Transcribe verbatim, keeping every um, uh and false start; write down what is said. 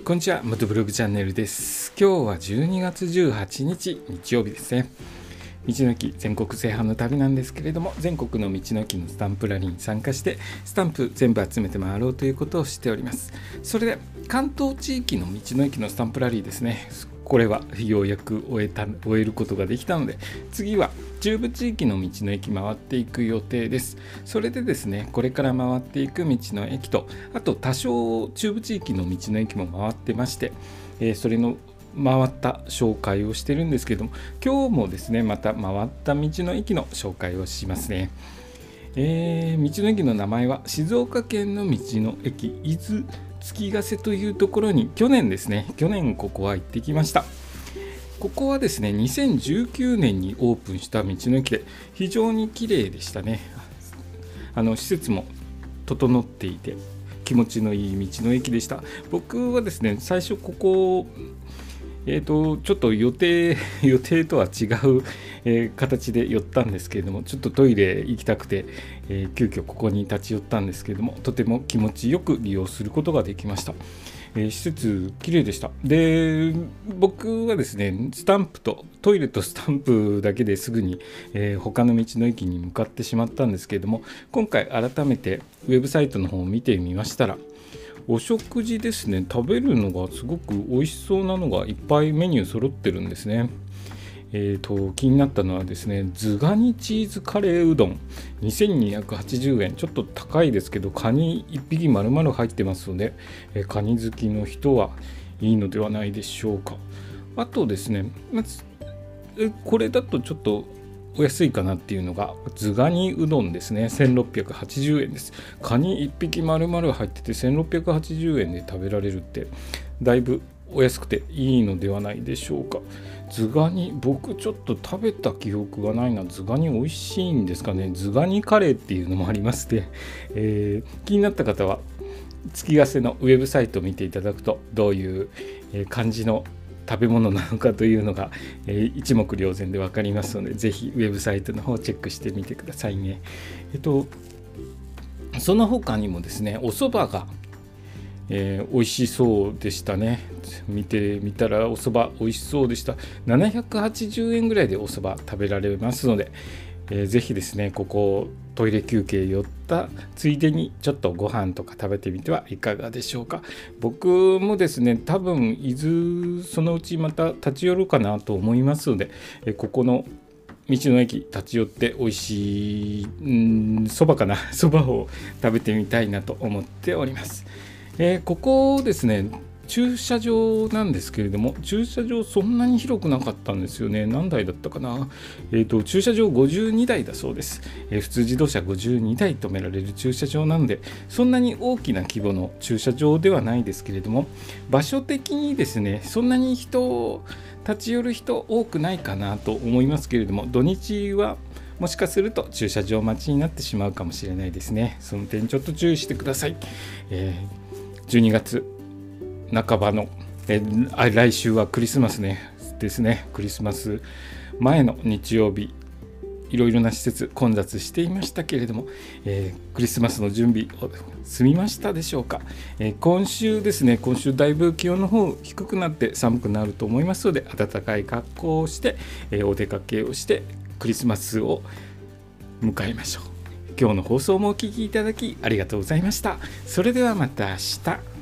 こんにちは、元ブログチャンネルです。今日はじゅうにがつじゅうはちにち日曜日ですね。道の駅全国制覇の旅なんですけれども、全国の道の駅のスタンプラリーに参加してスタンプ全部集めて回ろうということをしております。それで関東地域の道の駅のスタンプラリーですね、これはようやく終えた終えることができたので、次は中部地域の道の駅回っていく予定です。それでですね、これから回っていく道の駅と、あと多少中部地域の道の駅も回ってまして、えー、それの回った紹介をしてるんですけども、今日もですねまた回った道の駅の紹介をしますね。えー、道の駅の名前は静岡県の道の駅伊豆月ヶ瀬というところに去年ですね去年ここは行ってきました。ここはですねにせんじゅうきゅうねんにオープンした道の駅で非常に綺麗でしたね。あの施設も整っていて気持ちのいい道の駅でした。僕はですね最初ここえーと、ちょっと予定予定とは違う、えー、形で寄ったんですけれども、ちょっとトイレ行きたくて、えー、急遽ここに立ち寄ったんですけれども、とても気持ちよく利用することができました。えー、施設綺麗でした。で、僕はですねスタンプとトイレとスタンプだけですぐに、えー、他の道の駅に向かってしまったんですけれども、今回改めてウェブサイトの方を見てみましたら、お食事ですね、食べるのがすごく美味しそうなのがいっぱいメニュー揃ってるんですね。えーと気になったのはですね、ズガニチーズカレーうどんにせんにひゃくはちじゅうえん、ちょっと高いですけどカニいっぴき丸々入ってますので、えー、カニ好きの人はいいのではないでしょうか。あとですね、まずこれだとちょっとお安いかなっていうのがズガニうどんですね。せんろっぴゃくはちじゅうえんです。カニいっぴき丸々入っててせんろっぴゃくはちじゅうえんで食べられるってだいぶお安くていいのではないでしょうか。ズガニ、僕ちょっと食べた記憶がないな。ズガニ美味しいんですかね。ズガニカレーっていうのもありまして、えー、気になった方は月ヶ瀬のウェブサイトを見ていただくと、どういう感じの食べ物なのかというのが、えー、一目瞭然で分かりますので、ぜひウェブサイトの方をチェックしてみてくださいね。えっとその他にもですね、お蕎麦が、えー、美味しそうでしたね。見てみたらお蕎麦美味しそうでした。ななひゃくはちじゅうえんぐらいでお蕎麦食べられますので、えー、ぜひですねここトイレ休憩寄ったついでにちょっとご飯とか食べてみてはいかがでしょうか。僕もですね多分伊豆そのうちまた立ち寄るかなと思いますので、えー、ここの道の駅立ち寄って美味しいそばかなそばを食べてみたいなと思っております。えー、ここですね駐車場なんですけれども、駐車場そんなに広くなかったんですよね。何台だったかな。えーと、駐車場ごじゅうにだいだそうです。えー、普通自動車ごじゅうにだい止められる駐車場なんで、そんなに大きな規模の駐車場ではないですけれども、場所的にですね、そんなに人、立ち寄る人多くないかなと思いますけれども、土日はもしかすると駐車場待ちになってしまうかもしれないですね。その点ちょっと注意してください。えー、じゅうにがつ半ばのえ来週はクリスマスねですね。クリスマス前の日曜日、いろいろな施設混雑していましたけれども、えー、クリスマスの準備済みましたでしょうか。えー、今週ですね今週だいぶ気温の方低くなって寒くなると思いますので、暖かい格好をして、えー、お出かけをしてクリスマスを迎えましょう。今日の放送もお聞きいただきありがとうございました。それではまた明日。